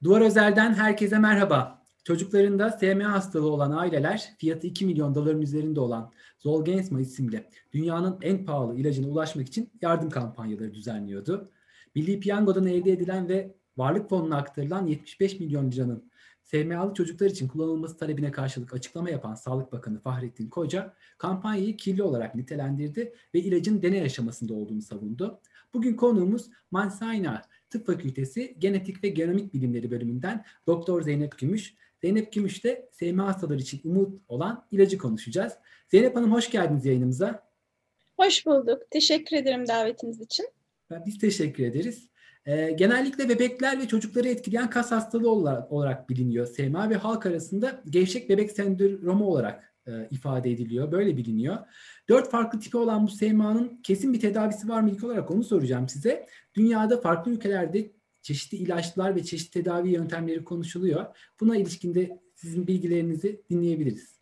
Duvar Özel'den herkese merhaba. Çocuklarında SMA hastalığı olan aileler fiyatı 2 milyon doların üzerinde olan Zolgensma isimli dünyanın en pahalı ilacına ulaşmak için yardım kampanyaları düzenliyordu. Milli Piyango'dan elde edilen ve Varlık Fonu'na aktarılan 75 milyon liranın SMA'lı çocuklar için kullanılması talebine karşılık açıklama yapan Sağlık Bakanı Fahrettin Koca, kampanyayı kirli olarak nitelendirdi ve ilacın deney aşamasında olduğunu savundu. Bugün konuğumuz Mansayna Tıp Fakültesi Genetik ve Genomik Bilimleri bölümünden Doktor Zeynep Gümüş. Zeynep Gümüş de SMA hastaları için umut olan ilacı konuşacağız. Zeynep Hanım hoş geldiniz yayınımıza. Hoş bulduk. Teşekkür ederim davetiniz için. Biz teşekkür ederiz. Genellikle bebekler ve çocukları etkileyen kas hastalığı olarak biliniyor SMA ve halk arasında gevşek bebek sendromu olarak ifade ediliyor. Böyle biliniyor. 4 farklı tipi olan bu SMA'nın kesin bir tedavisi var mı? İlk olarak onu soracağım size. Dünyada farklı ülkelerde çeşitli ilaçlar ve çeşitli tedavi yöntemleri konuşuluyor. Buna ilişkin de sizin bilgilerinizi dinleyebiliriz.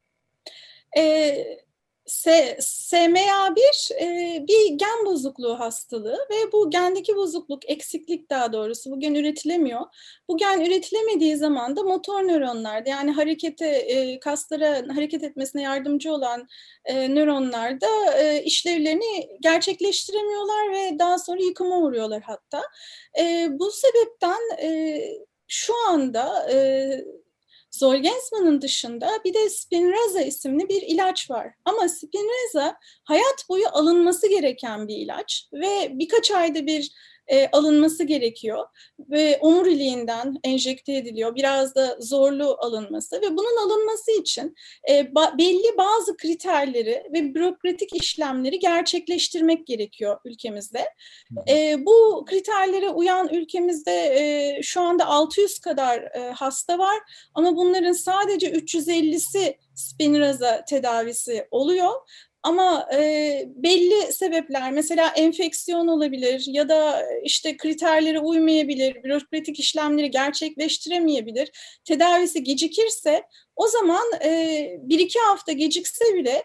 SMA1 bir gen bozukluğu hastalığı ve bu gendeki bozukluk, eksiklik daha doğrusu bu gen üretilemiyor. Bu gen üretilemediği zaman da motor nöronlarda yani kaslara hareket etmesine yardımcı olan nöronlarda işlevlerini gerçekleştiremiyorlar ve daha sonra yıkıma uğruyorlar hatta. Bu sebepten şu anda Zolgensma'nın dışında bir de Spinraza isimli bir ilaç var. Ama Spinraza hayat boyu alınması gereken bir ilaç ve birkaç ayda bir alınması gerekiyor ve omuriliğinden enjekte ediliyor. Biraz da zorlu alınması ve bunun alınması için belli bazı kriterleri ve bürokratik işlemleri gerçekleştirmek gerekiyor ülkemizde. Bu kriterlere uyan ülkemizde şu anda 600 kadar hasta var ama bunların sadece 350'si Spinraza tedavisi oluyor. Ama belli sebepler, mesela enfeksiyon olabilir ya da işte kriterlere uymayabilir, bürokratik işlemleri gerçekleştiremeyebilir. Tedavisi gecikirse o zaman 1-2 hafta gecikse bile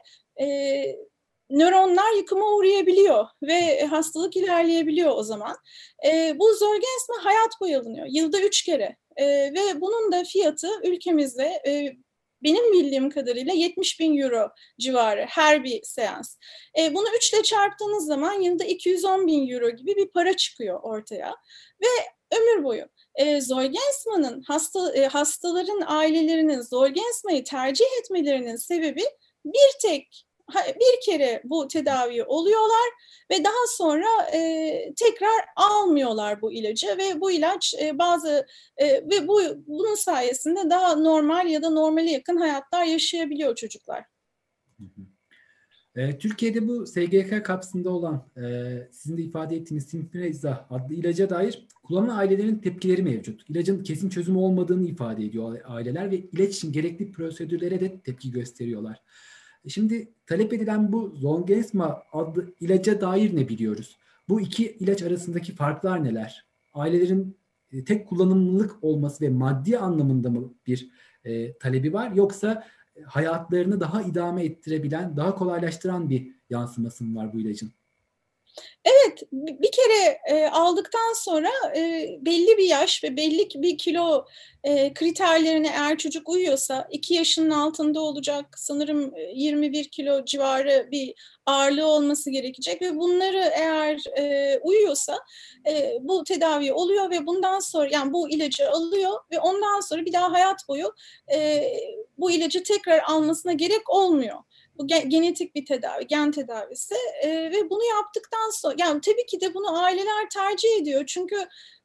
nöronlar yıkıma uğrayabiliyor ve hastalık ilerleyebiliyor o zaman. Bu Zolgensma hayat boyu alınıyor. Yılda 3 kere. Ve bunun da fiyatı ülkemizde benim bildiğim kadarıyla 70 bin euro civarı her bir seans. Bunu 3 ile çarptığınız zaman yılda 210 bin euro gibi bir para çıkıyor ortaya. Ve ömür boyu. Zolgensma'nın hastaların ailelerinin Zolgensma'yı tercih etmelerinin sebebi bir kere bu tedavi oluyorlar ve daha sonra tekrar almıyorlar bu ilacı ve bu ilaç ve bunun sayesinde daha normal ya da normale yakın hayatlar yaşayabiliyor çocuklar. Türkiye'de bu SGK kapsamında olan sizin de ifade ettiğiniz Spinraza adlı ilaca dair kullanan ailelerin tepkileri mevcut. İlacın kesin çözümü olmadığını ifade ediyor aileler ve ilaç için gerekli prosedürlere de tepki gösteriyorlar. Şimdi talep edilen bu Zolgensma adlı ilaca dair ne biliyoruz? Bu iki ilaç arasındaki farklar neler? Ailelerin tek kullanımlılık olması ve maddi anlamında mı bir talebi var, yoksa hayatlarını daha idame ettirebilen, daha kolaylaştıran bir yansıması mı var bu ilacın? Evet, bir kere aldıktan sonra belli bir yaş ve belli bir kilo kriterlerine eğer çocuk uyuyorsa 2 yaşının altında olacak, sanırım 21 kilo civarı bir ağırlığı olması gerekecek ve bunları eğer uyuyorsa bu tedavi oluyor ve bundan sonra yani bu ilacı alıyor ve ondan sonra bir daha hayat boyu bu ilacı tekrar almasına gerek olmuyor. Bu genetik bir tedavi, gen tedavisi ve bunu yaptıktan sonra, yani tabii ki de bunu aileler tercih ediyor çünkü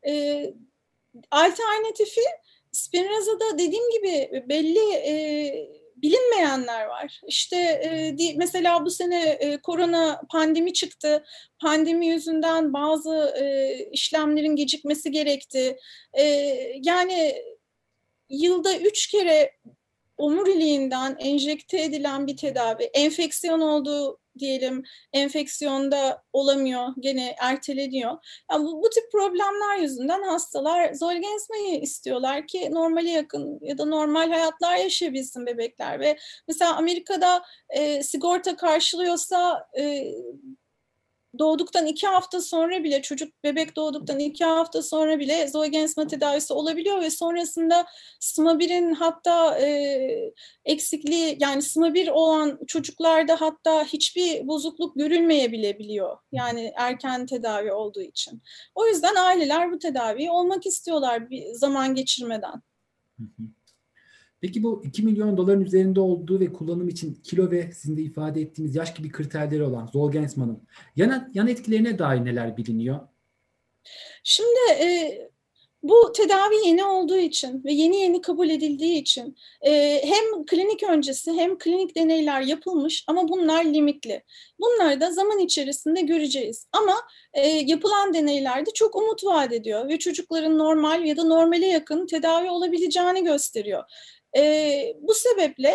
alternatifi Spinraza'da dediğim gibi belli bilinmeyenler var. İşte mesela bu sene korona pandemi çıktı. Pandemi yüzünden bazı işlemlerin gecikmesi gerekti. Yani yılda 3 kere omuriliğinden enjekte edilen bir tedavi, enfeksiyon olduğu diyelim, enfeksiyonda olamıyor, gene erteleniyor. Yani bu tip problemler yüzünden hastalar Zolgensma'yı istiyorlar ki normale yakın ya da normal hayatlar yaşayabilsin bebekler. Ve mesela Amerika'da sigorta karşılıyorsa doğduktan 2 hafta sonra bile, bebek doğduktan 2 hafta sonra bile Zolgensma tedavisi olabiliyor ve sonrasında SMA1'in hatta eksikliği, yani SMA1 olan çocuklarda hatta hiçbir bozukluk görülmeyebilebiliyor. Yani erken tedavi olduğu için. O yüzden aileler bu tedaviyi olmak istiyorlar bir zaman geçirmeden. Hı hı. Peki bu 2 milyon doların üzerinde olduğu ve kullanım için kilo ve sizin de ifade ettiğiniz yaş gibi kriterleri olan Zolgensma'nın yan etkilerine dair neler biliniyor? Şimdi bu tedavi yeni olduğu için ve yeni kabul edildiği için hem klinik öncesi hem klinik deneyler yapılmış ama bunlar limitli. Bunları da zaman içerisinde göreceğiz. Ama yapılan deneylerde çok umut vaat ediyor ve çocukların normal ya da normale yakın tedavi olabileceğini gösteriyor. Bu sebeple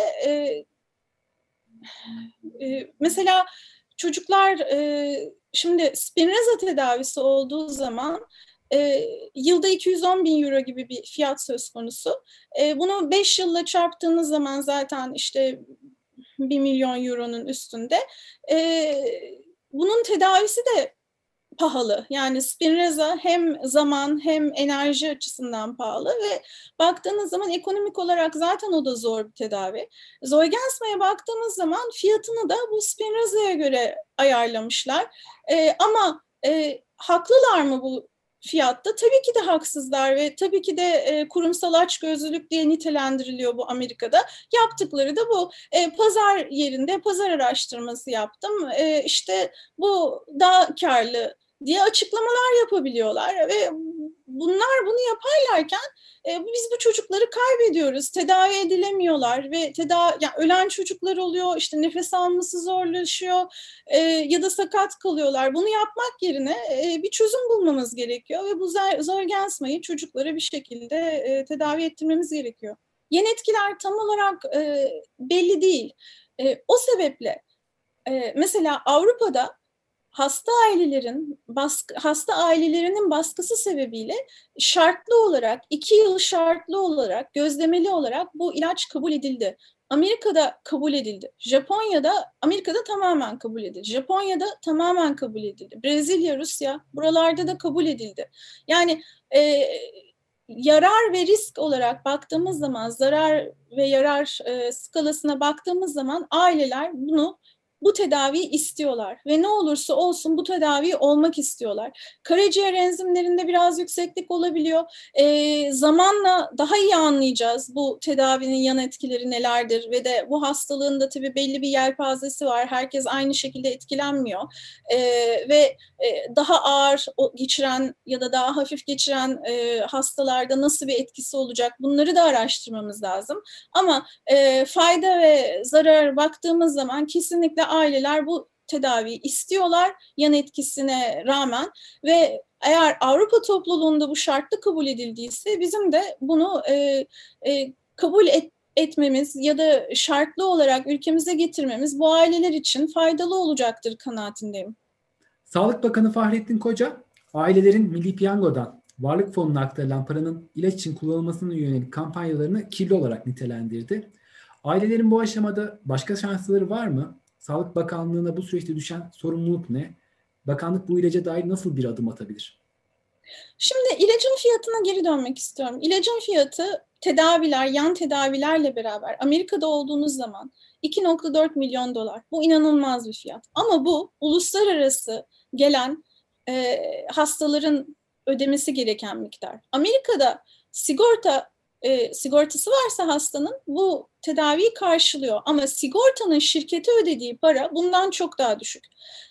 mesela çocuklar şimdi Spinraza tedavisi olduğu zaman yılda 210 bin euro gibi bir fiyat söz konusu. Bunu 5 yılla çarptığınız zaman zaten işte 1 milyon euronun üstünde. Bunun tedavisi de pahalı. Yani Spinraza hem zaman hem enerji açısından pahalı ve baktığınız zaman ekonomik olarak zaten o da zor bir tedavi. Zolgensma'ya baktığımız zaman fiyatını da bu Spinraza'ya göre ayarlamışlar. Ama haklılar mı bu fiyatta? Tabii ki de haksızlar ve tabii ki de kurumsal açgözlülük diye nitelendiriliyor bu Amerika'da. Yaptıkları da bu. Pazar yerinde pazar araştırması yaptım. İşte bu daha karlı diye açıklamalar yapabiliyorlar ve bunlar bunu yaparlarken biz bu çocukları kaybediyoruz. Tedavi edilemiyorlar ve yani ölen çocuklar oluyor, işte nefes alması zorlaşıyor ya da sakat kalıyorlar. Bunu yapmak yerine bir çözüm bulmamız gerekiyor ve bu Zolgensma'yı çocuklara bir şekilde tedavi ettirmemiz gerekiyor. Yan etkiler tam olarak belli değil. O sebeple mesela Avrupa'da hasta ailelerinin baskısı sebebiyle şartlı olarak 2 yıl şartlı olarak gözlemeli olarak bu ilaç kabul edildi. Amerika'da kabul edildi. Amerika'da tamamen kabul edildi. Japonya'da tamamen kabul edildi. Brezilya, Rusya buralarda da kabul edildi. Yani yarar ve risk olarak baktığımız zaman, zarar ve yarar skalasına baktığımız zaman aileler bu tedaviyi istiyorlar ve ne olursa olsun bu tedaviyi olmak istiyorlar. Karaciğer enzimlerinde biraz yükseklik olabiliyor. Zamanla daha iyi anlayacağız bu tedavinin yan etkileri nelerdir ve de bu hastalığın da tabii belli bir yelpazesi var. Herkes aynı şekilde etkilenmiyor. Ve daha ağır geçiren ya da daha hafif geçiren hastalarda nasıl bir etkisi olacak, bunları da araştırmamız lazım. Ama fayda ve zarar baktığımız zaman kesinlikle aileler bu tedaviyi istiyorlar yan etkisine rağmen ve eğer Avrupa topluluğunda bu şartlı kabul edildiyse bizim de bunu kabul etmemiz ya da şartlı olarak ülkemize getirmemiz bu aileler için faydalı olacaktır kanaatindeyim. Sağlık Bakanı Fahrettin Koca, ailelerin Milli Piyango'dan varlık fonuna aktarılan paranın ilaç için kullanılmasına yönelik kampanyalarını kirli olarak nitelendirdi. Ailelerin bu aşamada başka şansları var mı? Sağlık Bakanlığı'na bu süreçte düşen sorumluluk ne? Bakanlık bu ilaca dair nasıl bir adım atabilir? Şimdi ilacın fiyatına geri dönmek istiyorum. İlacın fiyatı yan tedavilerle beraber Amerika'da olduğunuz zaman 2,4 milyon dolar. Bu inanılmaz bir fiyat. Ama bu uluslararası gelen hastaların ödemesi gereken miktar. Amerika'da sigortası varsa hastanın bu tedaviyi karşılıyor. Ama sigortanın şirkete ödediği para bundan çok daha düşük.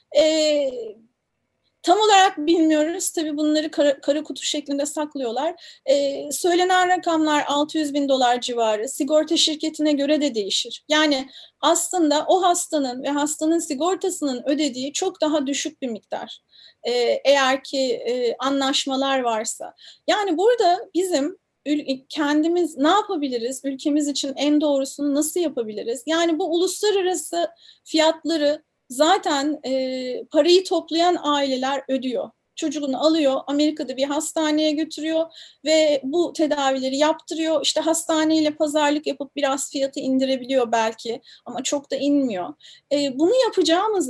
Tam olarak bilmiyoruz. Tabii bunları kara kutu şeklinde saklıyorlar. Söylenen rakamlar 600 bin dolar civarı. Sigorta şirketine göre de değişir. Yani aslında o hastanın ve hastanın sigortasının ödediği çok daha düşük bir miktar. Eğer ki anlaşmalar varsa. Yani burada bizim kendimiz ne yapabiliriz? Ülkemiz için en doğrusunu nasıl yapabiliriz? Yani bu uluslararası fiyatları zaten parayı toplayan aileler ödüyor. Çocuğunu alıyor, Amerika'da bir hastaneye götürüyor ve bu tedavileri yaptırıyor. İşte hastaneyle pazarlık yapıp biraz fiyatı indirebiliyor belki ama çok da inmiyor. Bunu yapacağımıza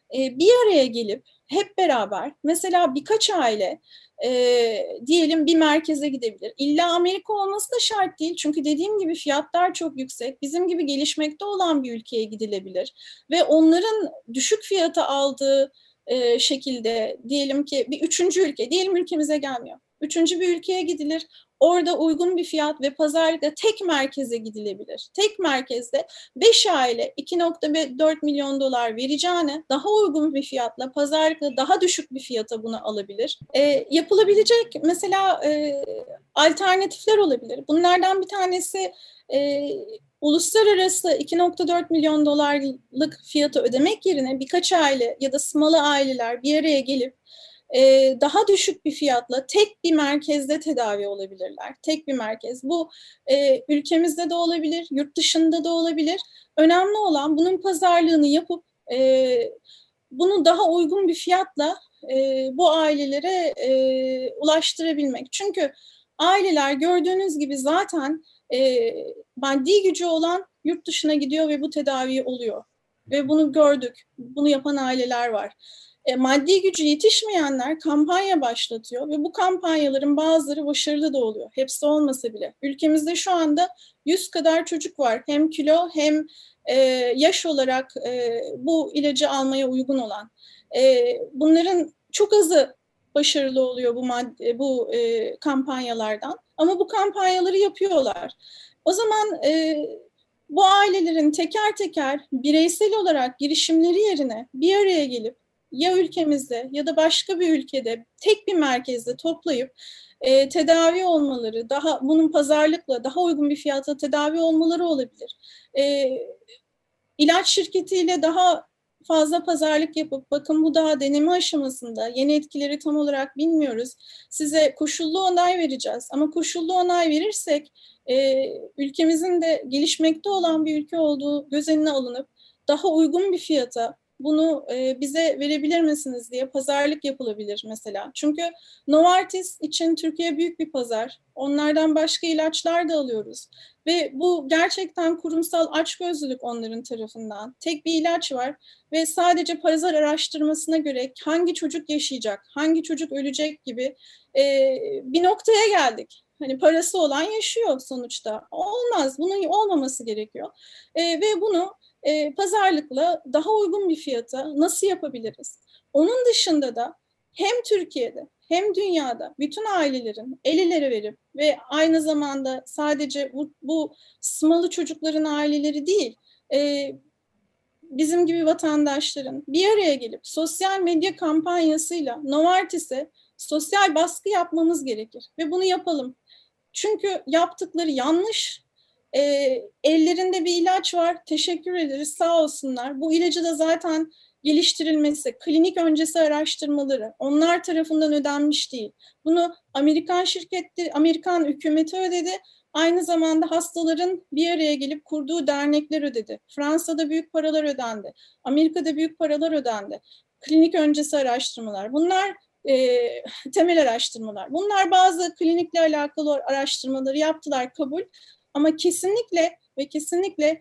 bir araya gelip hep beraber mesela birkaç aile diyelim bir merkeze gidebilir. İlla Amerika olması da şart değil. Çünkü dediğim gibi fiyatlar çok yüksek. Bizim gibi gelişmekte olan bir ülkeye gidilebilir. Ve onların düşük fiyata aldığı şekilde diyelim ki bir üçüncü ülke, diyelim ülkemize gelmiyor. Üçüncü bir ülkeye gidilir. Orada uygun bir fiyat ve pazarlıkla tek merkeze gidilebilir. Tek merkezde 5 aile 2,4 milyon dolar vereceğine daha uygun bir fiyatla, pazarlıkla daha düşük bir fiyata bunu alabilir. Yapılabilecek mesela alternatifler olabilir. Bunlardan bir tanesi uluslararası 2,4 milyon dolarlık fiyatı ödemek yerine birkaç aile ya da smalı aileler bir araya gelip daha düşük bir fiyatla tek bir merkezde tedavi olabilirler. Tek bir merkez. Bu ülkemizde de olabilir, yurt dışında da olabilir. Önemli olan bunun pazarlığını yapıp bunu daha uygun bir fiyatla bu ailelere ulaştırabilmek. Çünkü aileler gördüğünüz gibi zaten maddi gücü olan yurt dışına gidiyor ve bu tedavi oluyor. Ve bunu gördük. Bunu yapan aileler var. Maddi gücü yetişmeyenler kampanya başlatıyor ve bu kampanyaların bazıları başarılı da oluyor. Hepsi olmasa bile. Ülkemizde şu anda 100 kadar çocuk var. Hem kilo hem yaş olarak bu ilacı almaya uygun olan. Bunların çok azı başarılı oluyor bu kampanyalardan. Ama bu kampanyaları yapıyorlar. O zaman bu ailelerin teker teker bireysel olarak girişimleri yerine bir araya gelip ya ülkemizde ya da başka bir ülkede tek bir merkezde toplayıp tedavi olmaları, bunun pazarlıkla daha uygun bir fiyata tedavi olmaları olabilir. İlaç şirketiyle daha fazla pazarlık yapıp bakın bu daha deneme aşamasında, yeni etkileri tam olarak bilmiyoruz. Size koşullu onay vereceğiz ama koşullu onay verirsek ülkemizin de gelişmekte olan bir ülke olduğu göz önüne alınıp daha uygun bir fiyata bunu bize verebilir misiniz diye pazarlık yapılabilir mesela. Çünkü Novartis için Türkiye büyük bir pazar. Onlardan başka ilaçlar da alıyoruz. Ve bu gerçekten kurumsal açgözlülük onların tarafından. Tek bir ilaç var ve sadece pazar araştırmasına göre hangi çocuk yaşayacak, hangi çocuk ölecek gibi bir noktaya geldik. Hani parası olan yaşıyor sonuçta. Olmaz, bunun olmaması gerekiyor. Ve bunu pazarlıkla daha uygun bir fiyata nasıl yapabiliriz? Onun dışında da hem Türkiye'de hem dünyada bütün ailelerin el ele verip ve aynı zamanda sadece bu smalı çocukların aileleri değil, bizim gibi vatandaşların bir araya gelip sosyal medya kampanyasıyla Novartis'e sosyal baskı yapmamız gerekir ve bunu yapalım. Çünkü yaptıkları yanlış. Ellerinde bir ilaç var. Teşekkür ederiz. Sağ olsunlar. Bu ilacı da zaten geliştirilmesi, klinik öncesi araştırmaları onlar tarafından ödenmiş değil. Bunu Amerikan hükümeti ödedi. Aynı zamanda hastaların bir araya gelip kurduğu dernekler ödedi. Fransa'da büyük paralar ödendi. Amerika'da büyük paralar ödendi. Klinik öncesi araştırmalar. Bunlar temel araştırmalar. Bunlar bazı klinikle alakalı araştırmaları yaptılar, kabul. Ama kesinlikle ve kesinlikle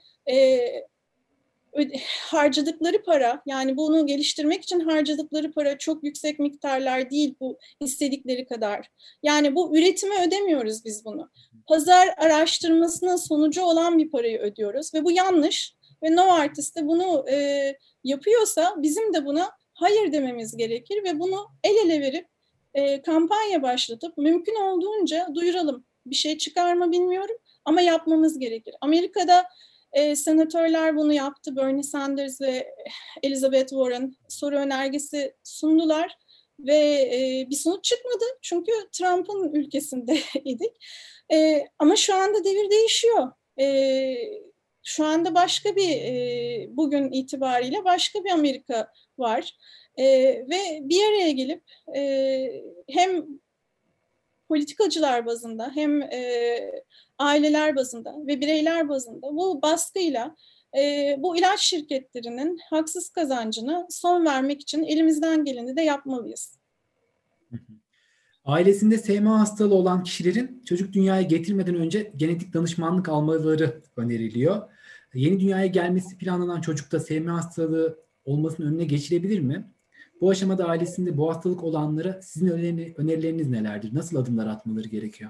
harcadıkları para, yani bunu geliştirmek için harcadıkları para çok yüksek miktarlar değil bu istedikleri kadar. Yani bu üretime ödemiyoruz biz bunu. Pazar araştırmasının sonucu olan bir parayı ödüyoruz ve bu yanlış. Ve Novartis de bunu yapıyorsa bizim de buna hayır dememiz gerekir ve bunu el ele verip kampanya başlatıp mümkün olduğunca duyuralım. Bir şey çıkar mı bilmiyorum ama yapmamız gerekir. Amerika'da senatörler bunu yaptı. Bernie Sanders ve Elizabeth Warren soru önergesi sundular ve bir sonuç çıkmadı. Çünkü Trump'ın ülkesindeydik. Ama şu anda devir değişiyor. Şu anda başka bir bugün itibariyle başka bir Amerika var. Ve bir araya gelip hem politikacılar bazında hem aileler bazında ve bireyler bazında bu baskıyla bu ilaç şirketlerinin haksız kazancına son vermek için elimizden geleni de yapmalıyız. Ailesinde SMA hastalığı olan kişilerin çocuk dünyaya getirmeden önce genetik danışmanlık almaları öneriliyor. Yeni dünyaya gelmesi planlanan çocukta SMA hastalığı olmasının önüne geçilebilir mi? Bu aşamada ailesinde bu hastalık olanlara sizin önerileriniz nelerdir? Nasıl adımlar atmaları gerekiyor?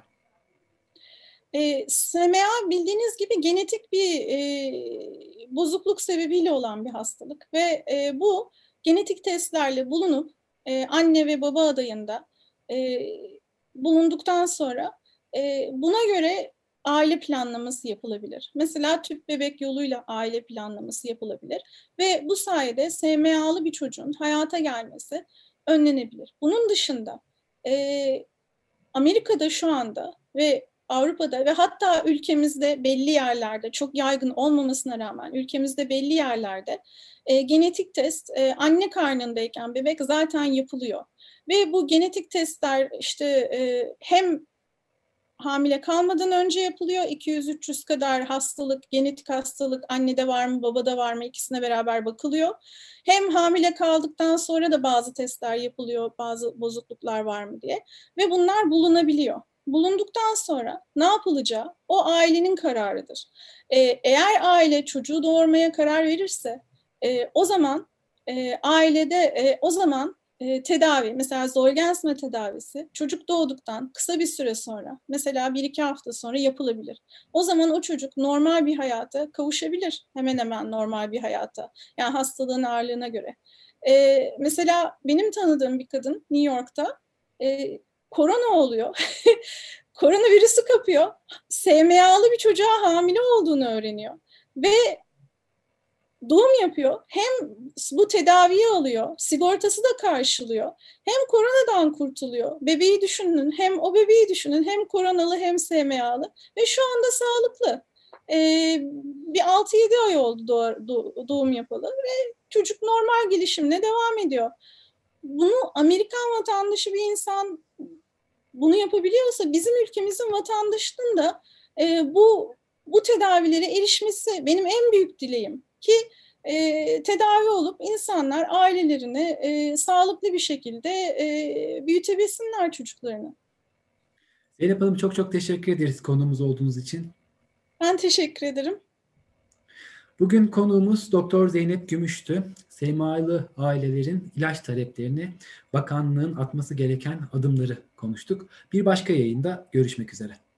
SMA bildiğiniz gibi genetik bir bozukluk sebebiyle olan bir hastalık ve bu genetik testlerle bulunup anne ve baba adayında bulunduktan sonra buna göre aile planlaması yapılabilir. Mesela tüp bebek yoluyla aile planlaması yapılabilir ve bu sayede SMA'lı bir çocuğun hayata gelmesi önlenebilir. Bunun dışında Amerika'da şu anda ve Avrupa'da ve hatta ülkemizde belli yerlerde, çok yaygın olmamasına rağmen ülkemizde belli yerlerde genetik test anne karnındayken bebek zaten yapılıyor. Ve bu genetik testler işte hem hamile kalmadan önce yapılıyor. 200-300 kadar hastalık, genetik hastalık annede var mı, babada var mı, ikisine beraber bakılıyor. Hem hamile kaldıktan sonra da bazı testler yapılıyor, bazı bozukluklar var mı diye. Ve bunlar bulunabiliyor. Bulunduktan sonra ne yapılacağı o ailenin kararıdır. Eğer aile çocuğu doğurmaya karar verirse o zaman o zaman tedavi, mesela Zolgensma tedavisi çocuk doğduktan kısa bir süre sonra, mesela 1-2 hafta sonra yapılabilir. O zaman o çocuk normal bir hayata kavuşabilir. Hemen hemen normal bir hayata. Yani hastalığın ağırlığına göre. Mesela benim tanıdığım bir kadın New York'ta korona oluyor. Koronavirüsü kapıyor. SMA'lı bir çocuğa hamile olduğunu öğreniyor. Ve doğum yapıyor. Hem bu tedaviyi alıyor, sigortası da karşılıyor. Hem koronadan kurtuluyor. Bebeği düşünün, hem o bebeği düşünün, hem koronalı hem SMA'lı ve şu anda sağlıklı. Bir 6-7 ay oldu doğum yapalı ve çocuk normal gelişimine devam ediyor. Bunu Amerikan vatandaşı bir insan bunu yapabiliyorsa bizim ülkemizin vatandaşının da bu tedavilere erişmesi benim en büyük dileğim ki tedavi olup insanlar ailelerini sağlıklı bir şekilde büyütebilsinler çocuklarını. Zeynep Hanım, çok çok teşekkür ederiz konuğumuz olduğunuz için. Ben teşekkür ederim. Bugün konuğumuz Doktor Zeynep Gümüş'tü. SMA'lı ailelerin ilaç taleplerini, bakanlığın atması gereken adımları konuştuk. Bir başka yayında görüşmek üzere.